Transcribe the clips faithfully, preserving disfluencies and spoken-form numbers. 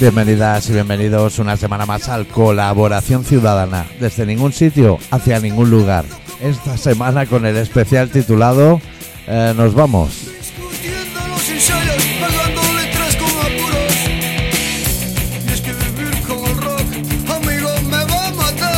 Bienvenidas y bienvenidos una semana más al Colaboración Ciudadana, desde ningún sitio hacia ningún lugar. Esta semana con el especial titulado eh, Nos vamos. Discutiendo los ensayos, pagando letras con apuros. Y es que vivir con el rock, amigo, me va a matar.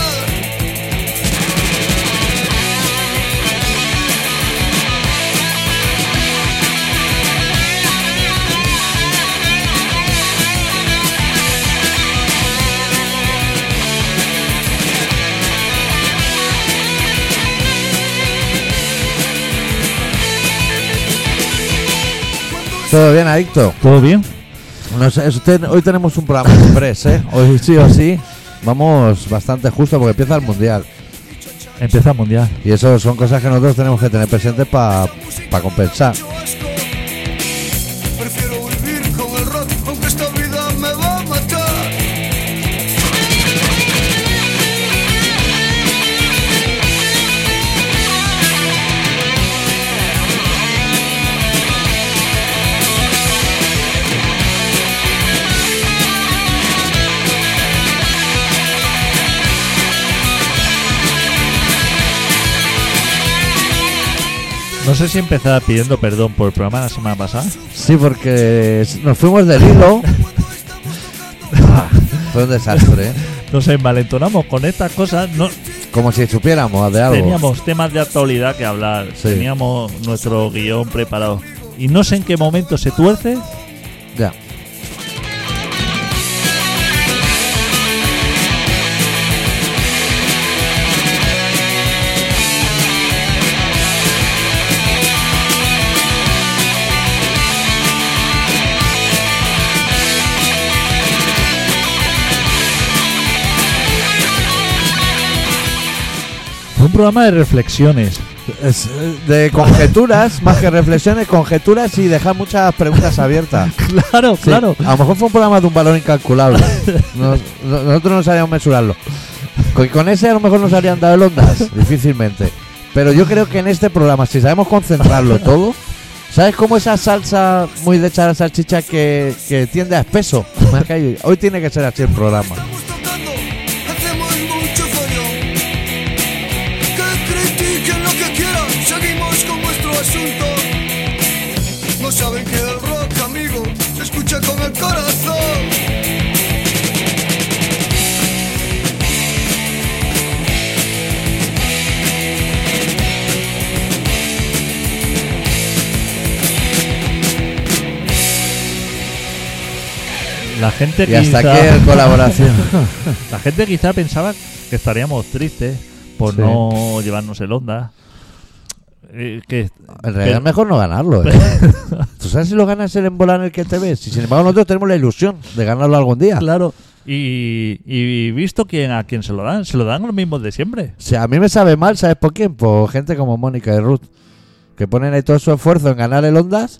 ¿Todo bien, adicto? ¿Todo bien? No sé, usted- hoy tenemos un programa express, ¿eh? Hoy sí o sí vamos bastante justo porque empieza el Mundial. Empieza el Mundial. Y eso son cosas que nosotros tenemos que tener presentes para pa compensar. Mucho asco. Prefiero vivir con el rock, aunque esta vida me va a matar. No sé si empezaba pidiendo perdón por el programa la semana pasada. Sí, porque nos fuimos del hilo. Ah, fue un desastre, ¿eh? Nos envalentonamos con estas cosas. No, Como si supiéramos de algo. teníamos temas de actualidad que hablar. Sí. Teníamos nuestro guión preparado. Y no sé en qué momento se tuerce. Ya. Fue un programa de reflexiones. Es, eh, de conjeturas, más que reflexiones, conjeturas y dejar muchas preguntas abiertas. Claro, Sí, claro. A lo mejor fue un programa de un valor incalculable. Nos- no- nosotros no sabíamos mesurarlo. Con, con ese a lo mejor nos habrían dado el ondas, difícilmente. Pero yo creo que en este programa, si sabemos concentrarlo todo, ¿sabes cómo esa salsa muy de echar a salchicha que, que tiende a espeso? Me ha caído. Hoy tiene que ser así el programa. Estamos tocando, hacemos mucho follón. Que critiquen lo que quieran, seguimos con nuestro asunto. No saben que el rock, amigo, se escucha con el corazón. La gente Y hasta quizá- aquí el colaboración. La gente quizá pensaba que estaríamos tristes por Sí. no llevarnos el onda. Eh, que En realidad es mejor no ganarlo, ¿eh? ¿Tú sabes si lo ganas el embolar en el que te ves? Y sin embargo nosotros tenemos la ilusión de ganarlo algún día. Claro. Y, y visto quién a quién se lo dan, se lo dan los mismos de siempre. O sea, a mí me sabe mal, ¿sabes por quién? Por gente como Mónica y Ruth, que ponen ahí todo su esfuerzo en ganar el Ondas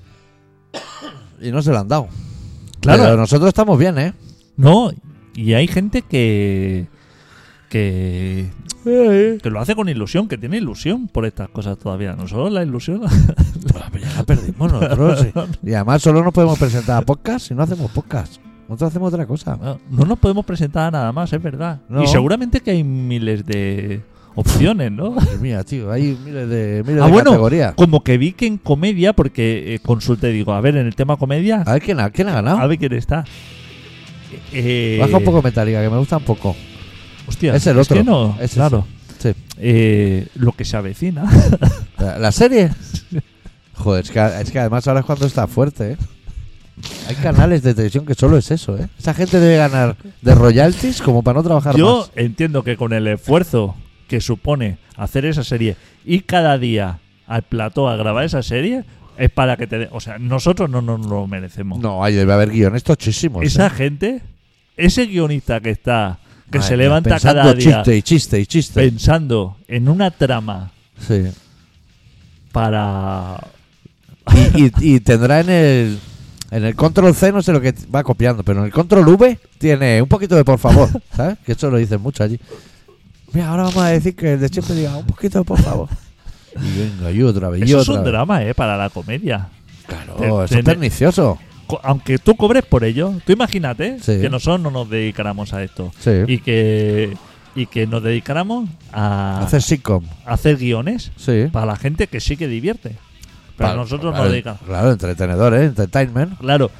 y no se lo han dado. Claro. Pero nosotros estamos bien, ¿eh? No, y hay gente que que que lo hace con ilusión, que tiene ilusión por estas cosas todavía. Nosotros la ilusión Pues ya la perdimos nosotros. Sí. Y además solo nos podemos presentar a podcast si no hacemos podcast. Nosotros hacemos otra cosa. no, no nos podemos presentar a nada más, es verdad. No. Y seguramente que hay miles de opciones, ¿no? Madre mía, tío, hay miles de, miles Ah, de bueno, categorías. como que vi que en comedia, porque eh, consulté, digo, a ver, en el tema comedia, A ver quién ha, quién ha ganado. a ver quién está. Eh, Baja un poco Metallica, que me gusta un poco. Hostia, Es el otro. que no, Es claro. Sí. Eh, lo que se avecina. ¿La, la serie? Joder, es que, es que además ahora es cuando está fuerte, ¿eh? Hay canales de televisión que solo es eso, ¿eh? Esa gente debe ganar de royalties como para no trabajar Yo más. entiendo que con el esfuerzo que supone hacer esa serie, ir cada día al plató a grabar esa serie, es para que te dé. O sea, nosotros no nos lo merecemos. No, ahí debe haber guiones tochísimos. Esa ¿eh? gente, ese guionista que está, que Madre se mía, levanta pensando cada día chiste y chiste y chiste. pensando en una trama Sí. para. Y, y, y tendrá en el en el control C, no sé lo que va copiando, pero en el control V tiene un poquito de por favor, ¿sabes? Que eso lo dicen mucho allí. Mira, ahora vamos a decir que el de siempre diga un poquito de por favor. Y venga, y otra vez, y Eso es otra un vez. drama, ¿eh? Para la comedia. Claro, Te- eso es tener- pernicioso. co- aunque tú cobres por ello, tú imagínate Sí. que nosotros no nos dedicáramos a esto Sí. y que y que nos dedicáramos a Hacer sitcom. a hacer guiones Sí. para la gente que sí que divierte. Pero Pa- nosotros claro, nos dedicamos. Claro, entretenedor, ¿eh? Entertainment. Claro,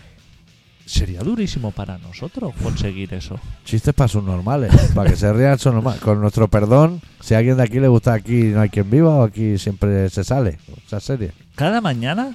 sería durísimo para nosotros conseguir eso. Chistes para sus normales. Para que se rían son normales. Con nuestro perdón, si a alguien de aquí le gusta Aquí no hay quien viva o Aquí siempre se sale. Esa serie. Cada mañana,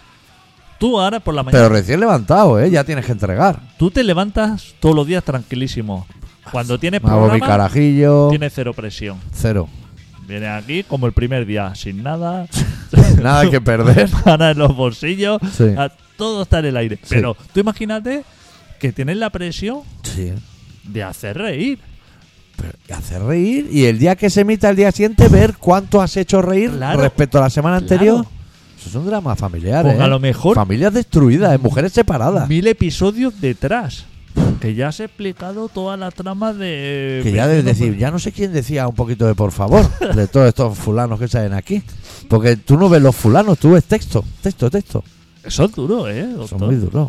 tú ahora por la mañana, Pero recién levantado, ¿eh? Ya tienes que entregar. tú te levantas todos los días tranquilísimo. Cuando tienes Me hago mi programa, carajillo. tienes cero presión. Cero. Viene aquí como el primer día, sin nada, Nada que perder. para en los bolsillos, Sí. a- todo está en el aire. Sí. Pero tú imagínate que tienes la presión Sí. de hacer reír. Pero hacer reír y el día que se emita el día siguiente ver cuánto has hecho reír Claro. respecto a la semana Claro. anterior. Eso es un drama familiar, Pues ¿eh? a lo mejor Familias destruidas, ¿eh? Mujeres separadas. mil episodios detrás. Que ya has explicado toda la trama de. Que ya de decir, ya no sé quién decía un poquito de por favor de todos estos fulanos que salen aquí. Porque tú no ves los fulanos, tú ves texto, texto, texto. Eso es duro, ¿eh? Son doctor? muy duros.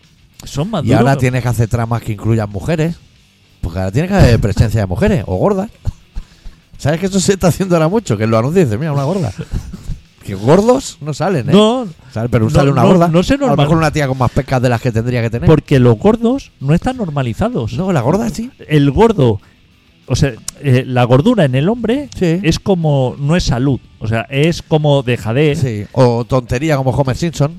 Son más Y duros. ahora que- tienes que hacer tramas que incluyan mujeres. Porque ahora tiene que haber presencia de mujeres o gordas. ¿Sabes que eso se está haciendo ahora mucho? Que en los anuncios dice, mira, una gorda. Que gordos no salen, ¿eh? No, ¿Sabes? Pero no, sale una no, gorda. no se a lo normal- mejor una tía con más pecas de las que tendría que tener. porque los gordos no están normalizados. No, la gorda sí. El gordo. O sea, eh, la gordura en el hombre Sí. es como. No es salud. O sea, es como dejadez. Sí. O tontería como Homer Simpson.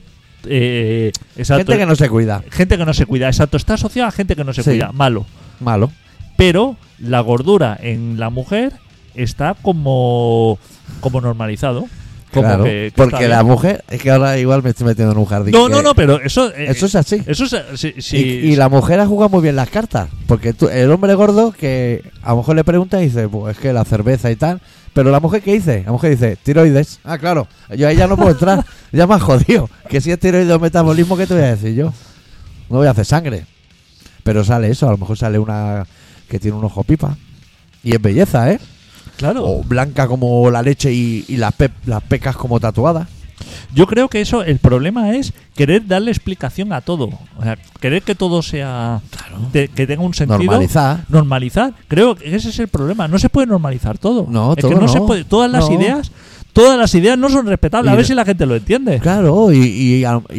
eh, exacto. Gente que no se cuida. Gente que no se cuida. Exacto. Está asociado a gente que no se Sí. cuida. Malo. Malo. Pero la gordura en la mujer está como. Como normalizado. Como Claro, que- que está porque bien. la mujer, es que ahora igual me estoy metiendo en un jardín. No, que- no, no, pero eso. eh, Eso es así. Eso es. sí, sí, y, y la mujer ha jugado muy bien las cartas. Porque tú- el hombre gordo que a lo mejor le pregunta y dice, pues es que la cerveza y tal. Pero la mujer, ¿qué dice? La mujer dice, tiroides. Ah, claro, yo ahí ya no puedo entrar. Ya me has jodido. Que si es tiroides o metabolismo, ¿qué te voy a decir yo? No voy a hacer sangre. Pero sale eso, a lo mejor sale una que tiene un ojo pipa. Y es belleza, ¿eh? Claro. O blanca como la leche y, y las, pe- las pecas como tatuadas. Yo creo que eso, el problema es querer darle explicación a todo. O sea, querer que todo sea. te- que tenga un sentido. Normalizar. Normalizar. Creo que ese es el problema. No se puede normalizar todo. No, es todo que no, no. se puede. Todas las No. ideas. Todas las ideas no son respetables. Y A ver de- si la gente lo entiende. Claro, y, y,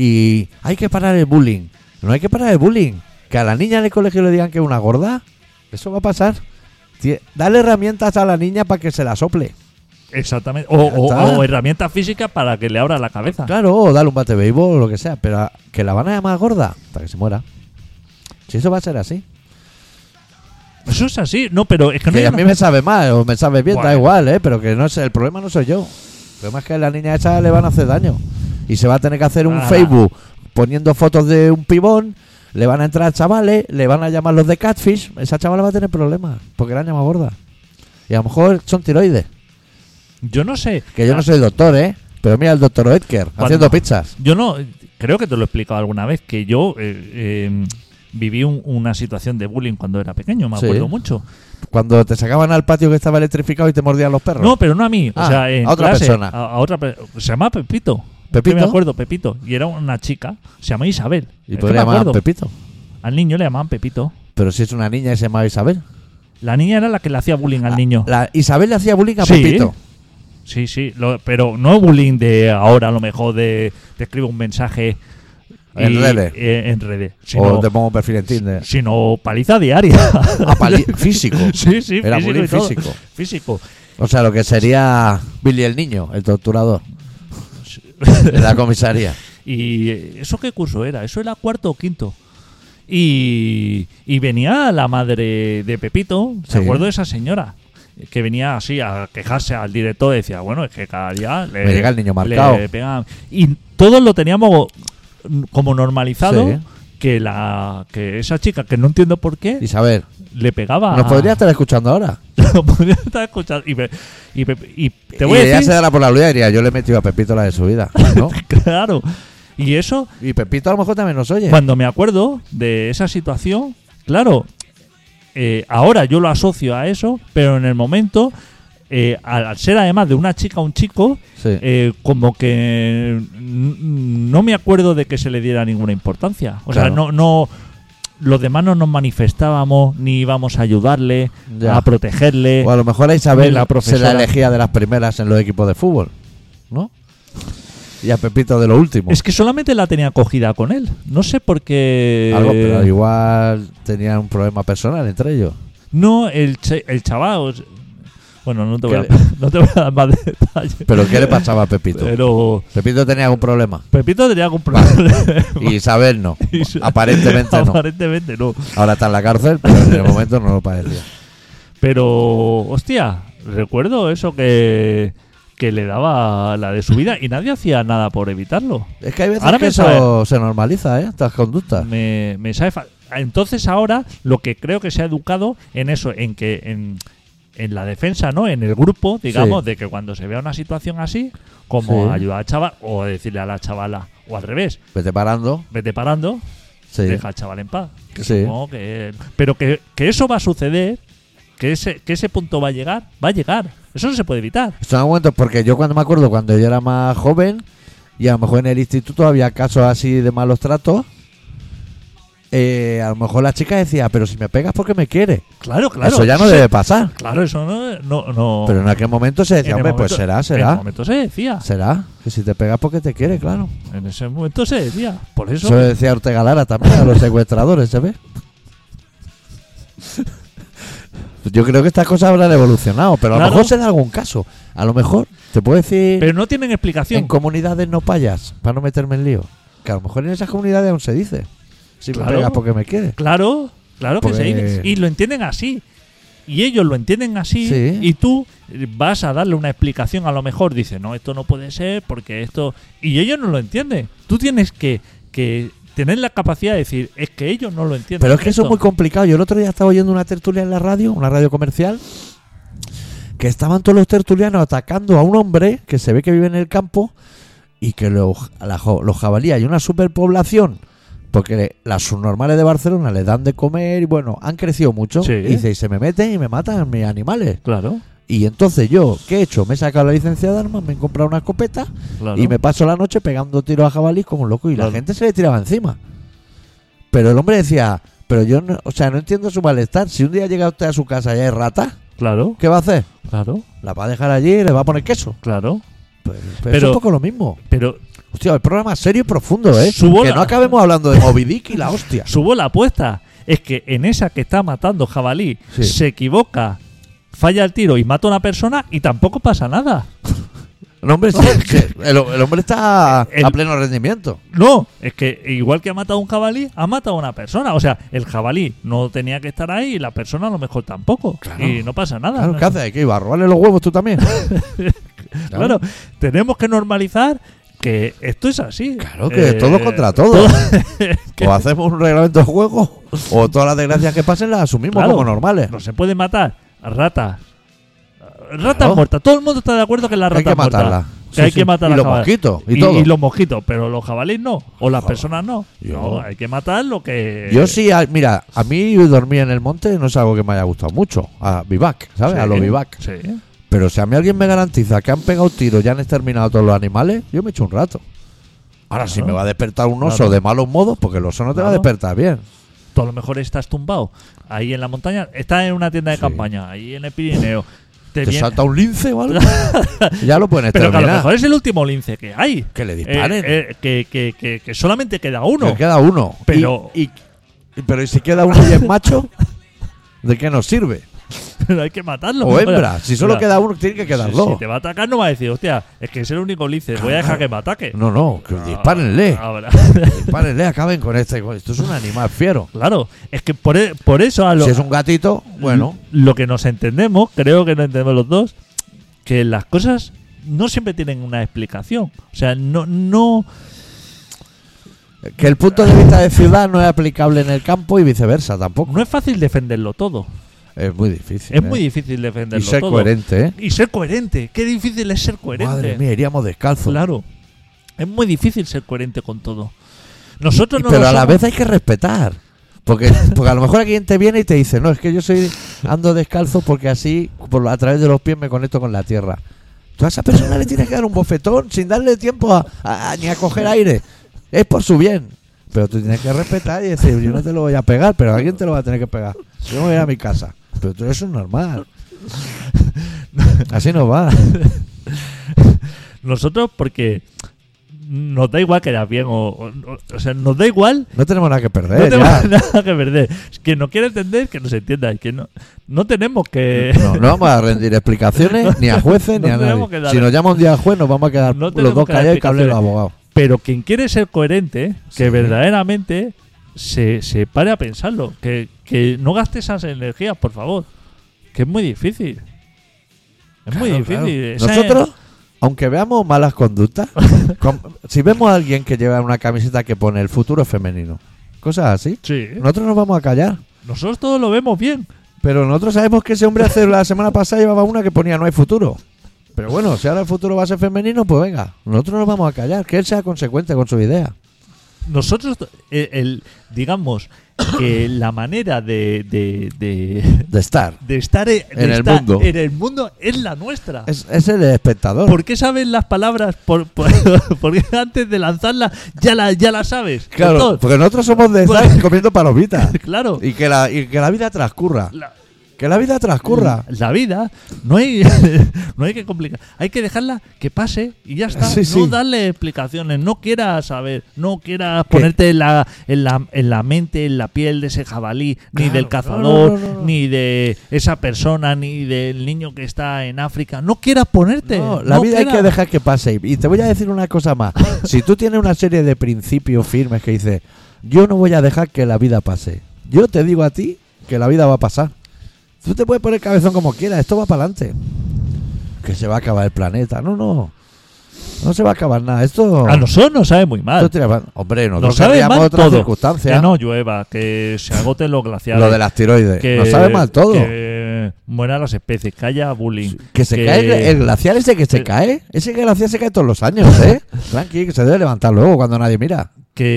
y hay que parar el bullying. No hay que parar el bullying. Que a la niña en el colegio le digan que es una gorda. Eso va a pasar. Tie- Dale herramientas a la niña para que se la sople. Exactamente. O, Ya o- está. o herramientas físicas para que le abra la cabeza. Claro, o dale un bate de béisbol o lo que sea. Pero a- que la van a llamar gorda hasta que se muera. Si eso va a ser así. Eso es así. No, pero es que no Que hay a una- mí me sabe mal o me sabe bien, da Bueno. igual, ¿eh? Pero que no es el problema no soy yo. El problema es que a la niña esa le van a hacer daño. Y se va a tener que hacer un Ah. Facebook poniendo fotos de un pibón. Le van a entrar chavales, le van a llamar los de Catfish. Esa chavala va a tener problemas porque la han llamado gorda. Y a lo mejor son tiroides. Yo no sé. Que yo no soy doctor, ¿eh? Pero mira el doctor Oetker Cuando- haciendo pizzas. Yo no, creo que te lo he explicado alguna vez, que yo eh, eh, viví un- una situación de bullying cuando era pequeño, me Sí. acuerdo mucho. Cuando te sacaban al patio que estaba electrificado y te mordían los perros. No, pero no a mí, Ah, o sea, en a otra clase, persona. A, a otra pe- se llama Pepito. ¿Pepito? Que me acuerdo, Pepito. Y era una chica, se llama Isabel. Y Es que podría me llamar acuerdo. Pepito. Al niño le llamaban Pepito. Pero si es una niña y se llama Isabel. La niña era la que le hacía bullying al niño. La Isabel le hacía bullying a Sí. Pepito. Sí, sí, lo- pero no bullying de ahora, a lo mejor de te escribo un mensaje En y- redes. eh, en redes. O Sino, te pongo un perfil en Tinder. sino paliza diaria. A pali- físico. Sí, sí, Era físico bullying y todo. físico. Físico. O sea, lo que sería Billy el niño, el torturador. En la comisaría. ¿Y eso qué curso era? Eso era cuarto o quinto. Y, y venía la madre de Pepito, ¿se Sí. acuerdo de esa señora? Que venía así a quejarse al director y decía, bueno, es que cada día le, Me llega el niño marcado. le pegan. Y todos lo teníamos como normalizado, Sí. que la que esa chica, que no entiendo por qué, Isabel, le pegaba. ¿nos podría estar escuchando ahora? Lo podría estar escuchando. Y, me- y, me- y te voy y a ella decir, se dará por la luz y diría, yo le he metido a Pepito la de su vida. ¿No? claro. Y eso, Y Pepito a lo mejor también nos oye. cuando me acuerdo de esa situación, claro, eh, ahora yo lo asocio a eso, pero en el momento eh, al, al ser además de una chica a un chico, Sí. eh, como que n- no me acuerdo de que se le diera ninguna importancia. O sea, Claro. no, no, los demás no nos manifestábamos ni íbamos a ayudarle, Ya. a protegerle. O a lo mejor a Isabel la se profesora. la elegía de las primeras en los equipos de fútbol, ¿no? Y a Pepito de lo último. Es que solamente la tenía cogida con él. No sé por qué. Algo, pero igual tenían un problema personal entre ellos. No, el, ch- el chaval. o sea, Bueno, no te, voy a, ¿Qué le- no te voy a dar más detalles. ¿Pero qué le pasaba a Pepito? Pero Pepito tenía algún problema. Pepito tenía algún problema. Y Isabel no. Y su- Aparentemente no. Aparentemente no. Ahora está en la cárcel, pero en el momento no lo parecía. Pero, hostia, recuerdo eso que, que le daba la de su vida y nadie hacía nada por evitarlo. Es que hay veces Ahora que me eso se normaliza, ¿eh? Estas conductas. Me, me sabe fa- Entonces ahora lo que creo que se ha educado en eso, en que en, en la defensa, ¿no? En el grupo, digamos, Sí. de que cuando se vea una situación así, como Sí. ayudar al chaval o decirle a la chavala, o al revés, Vete parando. vete parando, Sí. deja al chaval en paz. Que Sí. supongo que, pero que, que eso va a suceder, que ese, que ese punto va a llegar, va a llegar. Eso no se puede evitar. Son momentos porque yo cuando me acuerdo cuando yo era más joven y a lo mejor en el instituto había casos así de malos tratos, eh, a lo mejor la chica decía, pero si me pegas porque me quiere. Claro, claro. Eso ya no Sí. debe pasar. Claro, eso no. no, no Pero en aquel momento se decía, en el hombre, pues momento- será, En el será. momento se decía. Será. Que si te pegas porque te quiere, claro. En ese momento se decía. Por eso. Eso decía Ortega Lara también a los secuestradores, ¿sabes? Yo creo que estas cosas habrán evolucionado, pero a lo Claro. mejor se da algún caso. A lo mejor, te puedo decir, Pero no tienen explicación. en comunidades no payas, para no meterme en lío. Que a lo mejor en esas comunidades aún se dice. Si Claro. me pegas porque me quieres. Claro, claro que Pues- se dice. Y lo entienden así. Y ellos lo entienden así. Sí. Y tú vas a darle una explicación. A lo mejor dice, no, esto no puede ser porque esto. Y ellos no lo entienden. Tú tienes que, que tener la capacidad de decir, es que ellos no lo entienden. Pero es que eso es esto. muy complicado. Yo el otro día estaba oyendo una tertulia en la radio, una radio comercial, que estaban todos los tertulianos atacando a un hombre que se ve que vive en el campo y que los, la jo- los jabalíes hay una superpoblación porque las subnormales de Barcelona les dan de comer y bueno, han crecido mucho. Sí. Y dice, y se me meten y me matan mis animales. Claro, Y entonces yo, ¿qué he hecho? Me he sacado la licencia de armas, me he comprado una escopeta claro. y me paso la noche pegando tiros a jabalís como un loco y Claro. la gente se le tiraba encima. Pero el hombre decía, pero yo no, o sea, no entiendo su malestar. Si un día llega usted a su casa y hay rata, Claro, ¿qué va a hacer? claro, La va a dejar allí y le va a poner queso. claro. Pero, pero Pero- es un poco lo mismo. Pero Hostia, el programa es serio y profundo, ¿eh? Su bola. Que no acabemos hablando de Moby Dick y la hostia. subo la apuesta. Es que en esa que está matando jabalí, Sí. se equivoca, falla el tiro y mata a una persona y tampoco pasa nada. El hombre, sí, sí, el, el hombre está El- a pleno rendimiento. No, es que igual que ha matado a un jabalí, ha matado a una persona. O sea, el jabalí no tenía que estar ahí y la persona a lo mejor tampoco. Claro. Y no pasa nada. Claro, ¿no? ¿qué haces? ¿Qué iba a robarle los huevos tú también? Claro, tenemos que normalizar que esto es así. Claro, que Eh, todo contra todo. O hacemos un reglamento de juego o todas las desgracias que pasen las asumimos Claro. como normales. No se puede matar a ratas. Ratas Claro. muertas. Todo el mundo está de acuerdo que la Hay rata que es muerta. matarla. Que Sí, hay sí. que matar Y a los jabalí. mosquitos y y, todo. y los mosquitos, pero los jabalíes no. O las Joder. personas no. Yo- No, hay que matar lo que. Yo sí, a- mira, a mí dormir en el monte no es algo que me haya gustado mucho. A vivac, ¿sabes? Sí, A lo vivac. Sí. Pero si a mí alguien me garantiza que han pegado tiros y han exterminado a todos los animales, yo me echo un rato. Ahora, si Claro. me va a despertar un oso Claro. de malos modos, porque el oso no te va a Claro. despertar bien. Tú a lo mejor estás tumbado ahí en la montaña. Estás en una tienda de Sí. campaña, ahí en el Pirineo. Te ¿Te viene- salta un lince o algo? Ya lo pueden Pero que a lo exterminar. mejor es el último lince que hay. Que le Eh, disparen. eh, que, que, que, que solamente queda uno. Que queda uno. Pero- Y, y- pero ¿y si queda uno y es macho? ¿De qué nos sirve? Pero hay que matarlo. O hembra. Si solo Mira, queda uno, tiene que quedar si, dos. si te va a atacar, no va a decir, hostia, es que es el único lince. Voy a dejar que me ataque. No, no, que Ah, dispárenle. ahora. Dispárenle, acaben con este. Esto es un animal fiero. Claro, es que por, e- por eso a lo, Si es un gatito, bueno. lo que nos entendemos, creo que nos entendemos los dos, que las cosas no siempre tienen una explicación. O sea, no, no. Que el punto de vista de ciudad no es aplicable en el campo y viceversa tampoco. No es fácil defenderlo todo. Es muy difícil. Es ¿eh? muy difícil Y defenderlo ser todo. coherente, ¿eh? Y ser coherente. Qué difícil es ser coherente. Madre mía, iríamos descalzos. Claro. Es muy difícil ser coherente con todo. Nosotros Y- no pero lo a la somos. vez hay que respetar. Porque, porque a lo mejor alguien te viene y te dice, no, es que yo soy ando descalzo porque así, por, a través de los pies me conecto con la tierra. Tú a esa persona le tienes que dar un bofetón sin darle tiempo a, a- a- ni a coger aire. Es por su bien. Pero tú tienes que respetar y decir, yo no te lo voy a pegar, pero alguien te lo va a tener que pegar. Yo me voy a ir a mi casa. Pero tú eso es normal. Así no va. Nosotros, porque nos da igual quedar bien, o, o, o sea, nos da igual. No tenemos nada que perder. No ya. tenemos nada que perder. Quien nos quiere entender, que nos entienda. Que no, no tenemos que. No, no vamos a rendir explicaciones ni a jueces No ni a tenemos que nadie. dar- Si nos llama un día al juez, nos vamos a quedar No los tenemos dos que dar callados y que hablen los explicaciones. abogados. Pero quien quiere ser coherente, que Sí. verdaderamente se, se pare a pensarlo. Que, que no gaste esas energías, por favor. Que es muy difícil. Es muy Claro, difícil. claro. Esa- Nosotros, aunque veamos malas conductas, com- si vemos a alguien que lleva una camiseta que pone el futuro es femenino, cosas así, Sí. nosotros nos vamos a callar. Nosotros todos lo vemos bien. Pero nosotros sabemos que ese hombre hace la semana pasada llevaba una que ponía no hay futuro. Pero bueno, si ahora el futuro va a ser femenino, pues venga, nosotros nos vamos a callar, que él sea consecuente con su idea. Nosotros, el, el- digamos, que la manera de, de, de, De estar. de estar, e- de En el estar mundo. en el mundo es la nuestra. Es, es el espectador. ¿Por qué sabes las palabras? Por, por- porque antes de lanzarlas ya las ya la sabes. Claro, Doctor. porque nosotros somos de estar Pues- comiendo palomitas. Claro. Y que, la, y que la vida transcurra. La, Que la vida transcurra. la vida no hay no hay que complicar. Hay que dejarla que pase y ya está. Sí, sí. No darle explicaciones. No quieras saber. No quieras Que- ponerte en la, en, la, en la mente, en la piel de ese jabalí, ni Claro, del no, cazador, no, no, no. ni de esa persona, ni del niño que está en África. No quieras ponerte. No, la no vida hay quieras. que dejar que pase. Y te voy a decir una cosa más. Si tú tienes una serie de principios firmes que dices, yo no voy a dejar que la vida pase. Yo te digo a ti que la vida va a pasar. Tú te puedes poner cabezón como quieras, esto va para adelante. Que se va a acabar el planeta. No, no. No se va a acabar nada. Esto. A nosotros nos sabe muy mal. esto tira pa- Hombre, Nos nosotros sabe querríamos mal otras todo. circunstancias. Que no llueva, que se agoten los glaciares. Lo del asteroide. que, Nos sabe mal todo. Que mueran las especies, que haya bullying. Que se que- cae el, el glaciar ese que se que- cae. Ese glaciar se cae todos los años, ¿eh? Tranqui, que se debe levantar luego cuando nadie mira.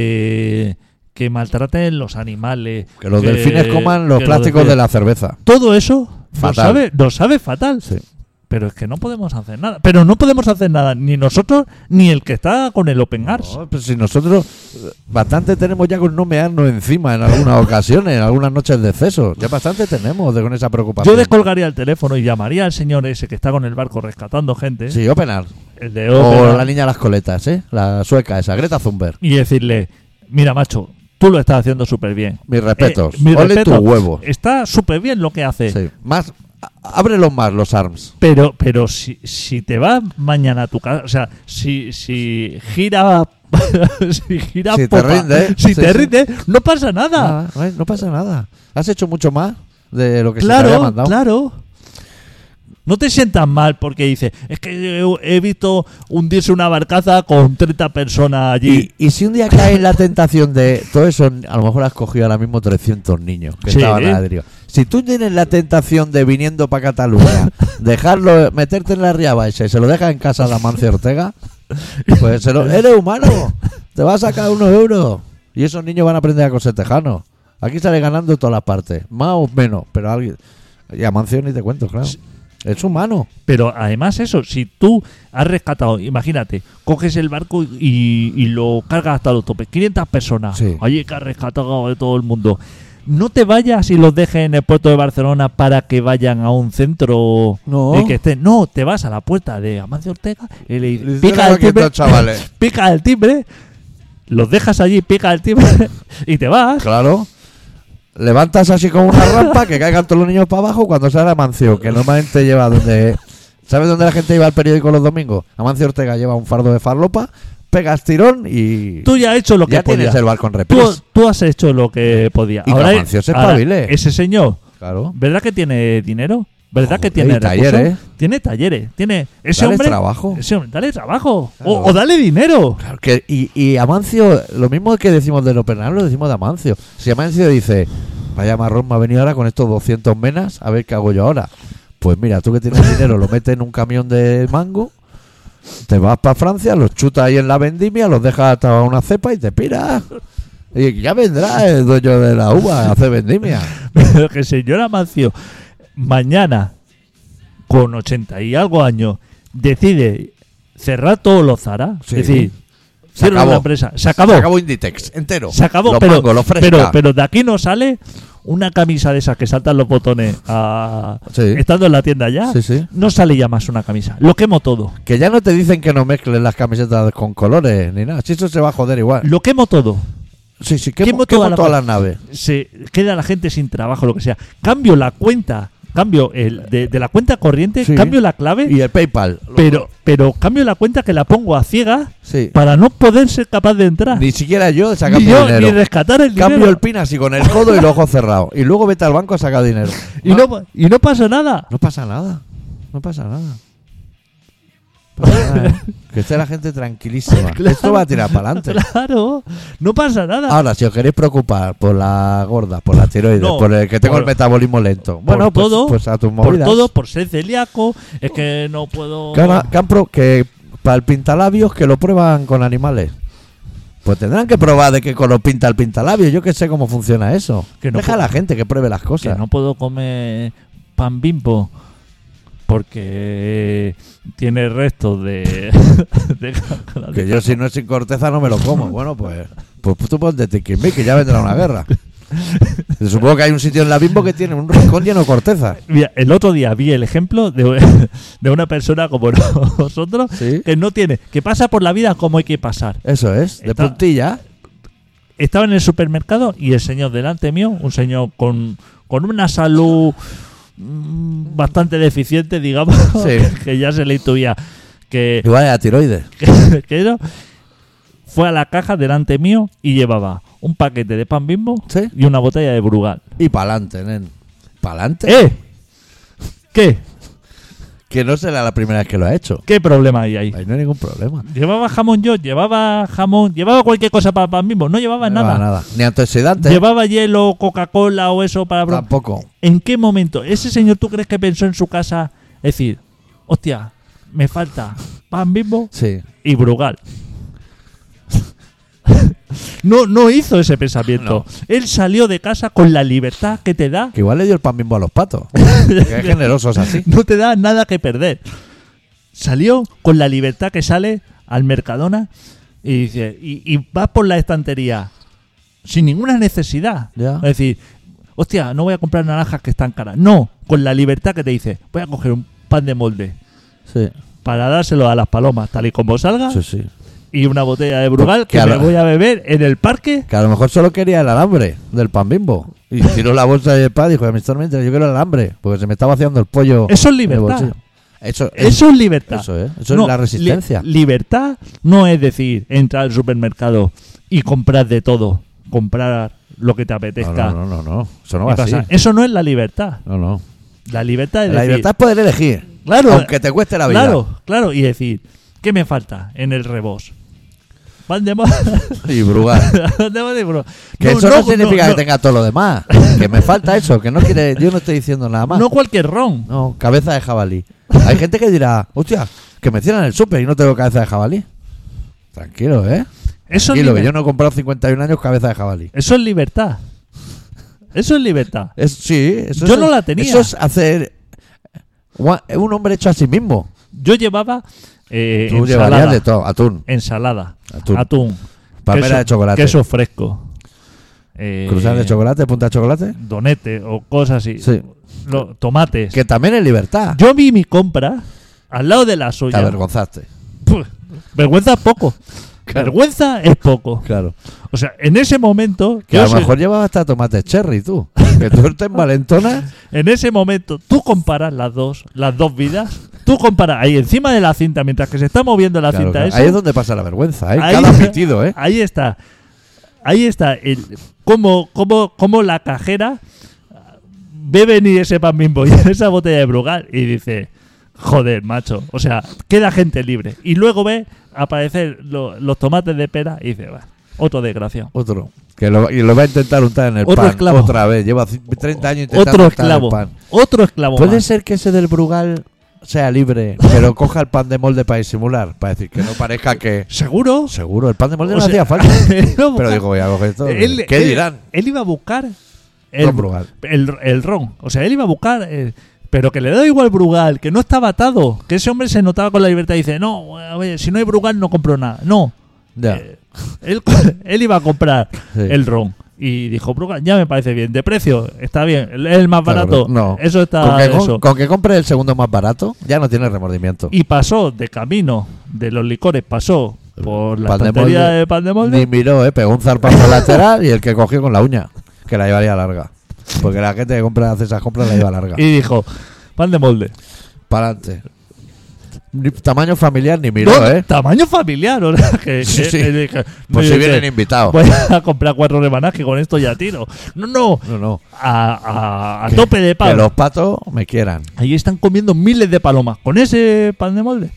Que, que maltraten los animales. Que los delfines coman los que plásticos delfines- de la cerveza. Todo eso nos Fatal. sabe, nos sabe fatal. Sí. Pero es que no podemos hacer nada. Pero no podemos hacer nada, ni nosotros, ni el que está con el Open Arts. No, pues si nosotros eh, bastante tenemos ya con no mearnos encima en algunas ocasiones, en algunas noches de exceso. Ya bastante tenemos de, con esa preocupación. Yo descolgaría el teléfono y llamaría al señor ese que está con el barco rescatando gente. Sí, Openar. El de O Open la Arts, niña de las coletas, ¿eh? La sueca esa, Greta Thunberg. y decirle, mira, macho, tú lo estás haciendo súper bien. Mis respetos. Eh, mis Ole respetos. tus huevos. Está súper bien lo que hace. Sí. Más, á- ábrelos más los arms. Pero, pero si, si te vas mañana a tu casa, o sea, si, si gira, si gira Si te popa, rinde, si sí, te sí. rinde, no pasa nada. Ah, ay, no pasa nada. Has hecho mucho más de lo que se te había Claro, mandado. claro. No te sientas mal porque dices, es que he, he visto hundirse una barcaza con treinta personas allí. Y, y si un día caes en la tentación de todo eso, a lo mejor has cogido ahora mismo trescientos niños que Sí. estaban a la deriva. Si tú tienes la tentación de viniendo para Cataluña, dejarlo, meterte en la ría baixa y se lo dejas en casa de Amancio Ortega, pues se lo- eres humano, te vas a sacar unos euros y esos niños van a aprender a coser tejano. Aquí sale ganando en todas las partes, más o menos, pero alguien. Y Amancio ni te cuento, claro. Es humano. Pero además eso, si tú has rescatado, imagínate, coges el barco y, y lo cargas hasta los topes, quinientas personas, Sí. allí que has rescatado de todo el mundo. No te vayas y los dejes en el puerto de Barcelona para que vayan a un centro No. eh, que estén. No, te vas a la puerta de Amancio Ortega y le dices, Dice, pica "Ahora el que timbre, estos chavales". pica el timbre, los dejas allí, pica el timbre y te vas. Claro. Levantas así como una rampa que caigan todos los niños para abajo cuando sale Amancio, que normalmente lleva donde. ¿Sabes dónde la gente iba al periódico los domingos? Amancio Ortega lleva un fardo de farlopa, pegas tirón y. Tú ya has hecho lo que ya tienes podías. el balcón Tú, replis. tú has hecho lo que podías. Y que Ahora, Amancio se ahora, espabile. ese señor, Claro. ¿verdad que tiene dinero? ¿Verdad Joder, que tiene y talleres. recursos? Tiene talleres. Tiene ese Dale hombre. trabajo. Ese hombre, dale trabajo. Claro. O, o dale dinero. Claro que, y, y Amancio, lo mismo que decimos de Openal, lo decimos de Amancio. Si Amancio dice, vaya marrón, me ha venido ahora con estos doscientos menas, a ver qué hago yo ahora. Pues mira, tú que tienes dinero, lo metes en un camión de mango, te vas para Francia, los chutas ahí en la vendimia, los dejas hasta una cepa y te piras. Y ya vendrá el dueño de la uva a hacer vendimia. Pero que señora Mancio, mañana, con ochenta y algo años, decide cerrar todos los Zara. Sí. Es decir, Se cierra acabó. una empresa. Se acabó. Se acabó Inditex, entero. Se acabó, Los pero, mangos, los fresca. pero, pero de aquí no sale una camisa de esas que saltan los botones a- Sí. estando en la tienda ya. Sí, sí. No sale ya más una camisa. Lo quemo todo. Que ya no te dicen que no mezcles las camisetas con colores ni nada. Si eso se va a joder igual. Lo quemo todo. Sí, sí, quemo quemo, toda quemo la- todas las naves. Se queda la gente sin trabajo, lo que sea. Cambio la cuenta, cambio el de, de la cuenta corriente, Sí. cambio la clave, Y el PayPal. pero pero cambio la cuenta que la pongo a ciegas Sí. para no poder ser capaz de entrar. Ni siquiera yo Ni sacando yo, dinero. ni rescatar el Cambio dinero. el pin así con el codo y los ojos cerrados. Y luego vete al banco a sacar dinero. y, no, y no pasa nada. No pasa nada. No pasa nada. No pasa nada, ¿eh? Que esté la gente tranquilísima. Claro. Esto va a tirar para adelante. Claro, no pasa nada. Ahora, si os queréis preocupar por la gorda, por la tiroides, No, por el que tengo por- el metabolismo lento, bueno, pues, todo, pues a tus por movidas. todo, por ser celíaco, es que no puedo. Que, ahora- que han pro- que para el pintalabios que lo prueban con animales. Pues tendrán que probar de qué color pinta el pintalabios. Yo que sé cómo funciona eso. Que no Deja a puedo- la gente que pruebe las que cosas. no puedo comer pan Bimbo porque tiene restos de, de cáscara Que de yo si no es sin corteza no me lo como. Bueno, pues, pues tú ponte Tiquismic, que ya vendrá una guerra. Supongo que hay un sitio en la Bimbo que tiene un rincón lleno de corteza. Mira, el otro día vi el ejemplo de, de una persona como nosotros Sí. que no tiene, que pasa por la vida como hay que pasar. Eso es, de Está- puntilla. Estaba en el supermercado y el señor delante mío, un señor con, con una salud mm, bastante deficiente, digamos, Sí. que ya se le intuía que, Igual era tiroides. que, que era, fue a la caja delante mío y llevaba un paquete de pan Bimbo Sí. y una botella de Brugal. Y pa'lante, nen. ¿Pa'lante? ¿Eh? ¿Qué? Que no será la primera vez que lo ha hecho. ¿Qué problema hay ahí? Ahí no hay ningún problema. Llevaba jamón yo, llevaba jamón, llevaba cualquier cosa para pan Bimbo, no llevaba No nada. va nada. Ni antioxidante. Llevaba hielo, Coca-Cola o eso para... bro- Tampoco. ¿En qué momento ese señor tú crees que pensó en su casa decir, hostia, me falta pan Bimbo Sí. y Brugal? No, no hizo ese pensamiento. Él salió de casa con la libertad que te da. Que igual le dio el pan Bimbo a los patos. Que hay generosos así. No te da nada que perder. Salió con la libertad que sale al Mercadona y dice y, y va por la estantería sin ninguna necesidad. Ya. Es decir, hostia, no voy a comprar naranjas que están caras. No, con la libertad que te dice, voy a coger un pan de molde Sí. para dárselo a las palomas tal y como salga Sí, sí. y una botella de Brugal Porque que a me la- voy a beber en el parque. Que a lo mejor solo quería el alambre del pan Bimbo. Y tiró la bolsa del pan y dijo, mister Mientras, yo quiero el alambre. Porque se me estaba vaciando el pollo. Eso es en el libertad. bolsillo. Eso es. Eso es libertad. Eso es. Eso No, es la resistencia. li- libertad no es decir entrar al supermercado y comprar de todo, comprar lo que te No, apetezca. no, no, no, no. Eso no y va así. pasar. Eso no es la libertad. No, no. La libertad es La decir, libertad es poder elegir. claro, Aunque te cueste la vida. claro, claro, y decir, ¿qué me falta en el rebos? Pan de molde. Y Brugal. Pan de molde y bro- Que no, eso no, no, significa no, que tenga todo lo demás. Que me falta eso. Que no quiere. Yo no estoy diciendo nada más. no cualquier ron. No, cabeza de jabalí. Hay gente que dirá, hostia, que me cierran el súper y no tengo cabeza de jabalí. Tranquilo, ¿eh? Eso es, Tranquilo, que liber- yo no he comprado cincuenta y un años cabeza de jabalí. eso es libertad. Eso es libertad. Es, sí, eso Yo es, no la tenía. Eso es hacer gua- un hombre hecho a sí mismo. Yo llevaba eh, Tú ensalada. llevarías de todo, atún, Ensalada. Atún. Atún. palmera queso, de chocolate, Queso fresco. Eh, cruzar de chocolate, punta de chocolate. Donete o cosas así. Sí. Lo- tomates. Que también es libertad. Yo vi mi compra al lado de la Te suya. avergonzaste. Puh, vergüenza es poco. Claro. Vergüenza es poco. Claro. O sea, en ese momento. Que yo a lo sé- mejor llevabas hasta tomates cherry, tú. Que tú te envalentonas. En ese momento, tú comparas las dos, las dos vidas. Tú comparas ahí encima de la cinta, mientras que se está moviendo la Claro, cinta claro. esa. Ahí es donde pasa la vergüenza, ¿eh? Ahí- Cada pitido, ¿eh? Ahí está. Ahí está. El, cómo, cómo, cómo la cajera ve venir ese pan Bimbo y esa botella de Brugal y dice, joder, macho. O sea, queda gente libre. Y luego ve aparecer lo- los tomates de pera y dice, va, otro desgraciado. Otro. Que lo, y lo va a intentar untar en el Otro pan esclavo. otra vez. Lleva c- treinta años intentando Otro untar esclavo. el pan. Otro esclavo ¿Puede más. ser que ese del Brugal sea libre, pero coja el pan de molde para disimular, para decir que no parezca que... ¿Seguro? Seguro, el pan de molde O no sea, hacía falta. él iba a buscar- Pero digo, voy a coger esto. él- ¿Qué él- dirán? Él iba a buscar el, Ron Brugal. el, el ron. O sea, él iba a buscar... eh, pero que le da igual Brugal, que no estaba atado. Que ese hombre se notaba con la libertad y dice, no, oye, si no hay Brugal no compro nada. No. Ya. Eh, él, él iba a comprar Sí. el ron. Y dijo, Brugal, ya me parece bien. De precio, está bien. Es el más Claro, barato. no. Eso está... Con que, eso. con que compre el segundo más barato, ya no tiene remordimiento. Y pasó de camino de los licores, pasó por la Pan de estantería molde. de pan de molde. Ni miró, ¿eh? Pegó un zarpazo lateral y el que cogió con la uña, que la llevaría larga. Porque la gente que compra, hace esas compras la lleva larga. Y dijo, pan de molde. Para adelante. Ni tamaño familiar ni miró, No, ¿eh? Tamaño familiar, o sea, que, Sí, que- sí. que dije, Pues yo si dije, vienen invitados. voy a comprar cuatro rebanadas que con esto ya tiro. No, no, No, no. a, a, a Que- tope de Que pan. los patos me quieran. Ahí están comiendo miles de palomas. Con ese pan de molde.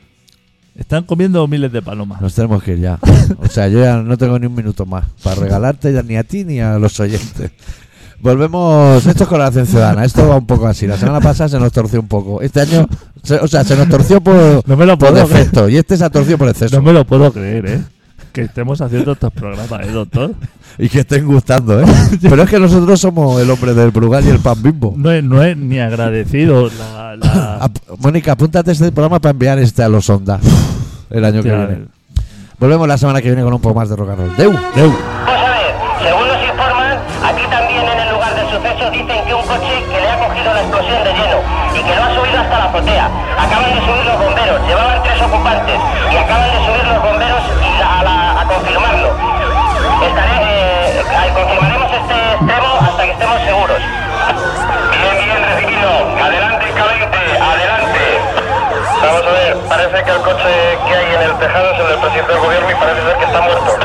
Están comiendo miles de palomas. Nos tenemos que ir ya. O sea, yo ya no tengo ni un minuto más para regalarte ya ni a ti ni a los oyentes. Volvemos. Esto es Colaboración Ciudadana. Esto va un poco así. La semana pasada se nos torció un poco. Este año, se- o sea, se nos torció por, No me lo por puedo creer. defecto. Y este se ha torcido por exceso. No me lo puedo creer, ¿eh? Que estemos haciendo estos programas, ¿eh, doctor? Y que estén gustando, ¿eh? Pero es que nosotros somos el hombre del Brugal y el pan bimbo. No es, no es ni agradecido la... la Ap- Mónica, apúntate a este programa para enviar este a los Ondas el año que Hostia, viene. Volvemos la semana que viene con un poco más de rock and roll. Deu. Deu. Pues a ver, según nos informan, aquí también en el lugar del suceso dicen que un coche que le ha cogido la explosión de lleno y que lo ha subido hasta la azotea. Acaban de subir los bomberos, llevaban tres ocupantes y acaban de subir los bomberos y la- a, la- a confirmarlo. Estaré, eh, eh, confirmaremos este extremo hasta que estemos seguros. Bien, bien recibido. Adelante, K veinte, adelante. Vamos a ver, parece que el coche que hay en el tejado es el del presidente del gobierno y parece ser que está muerto.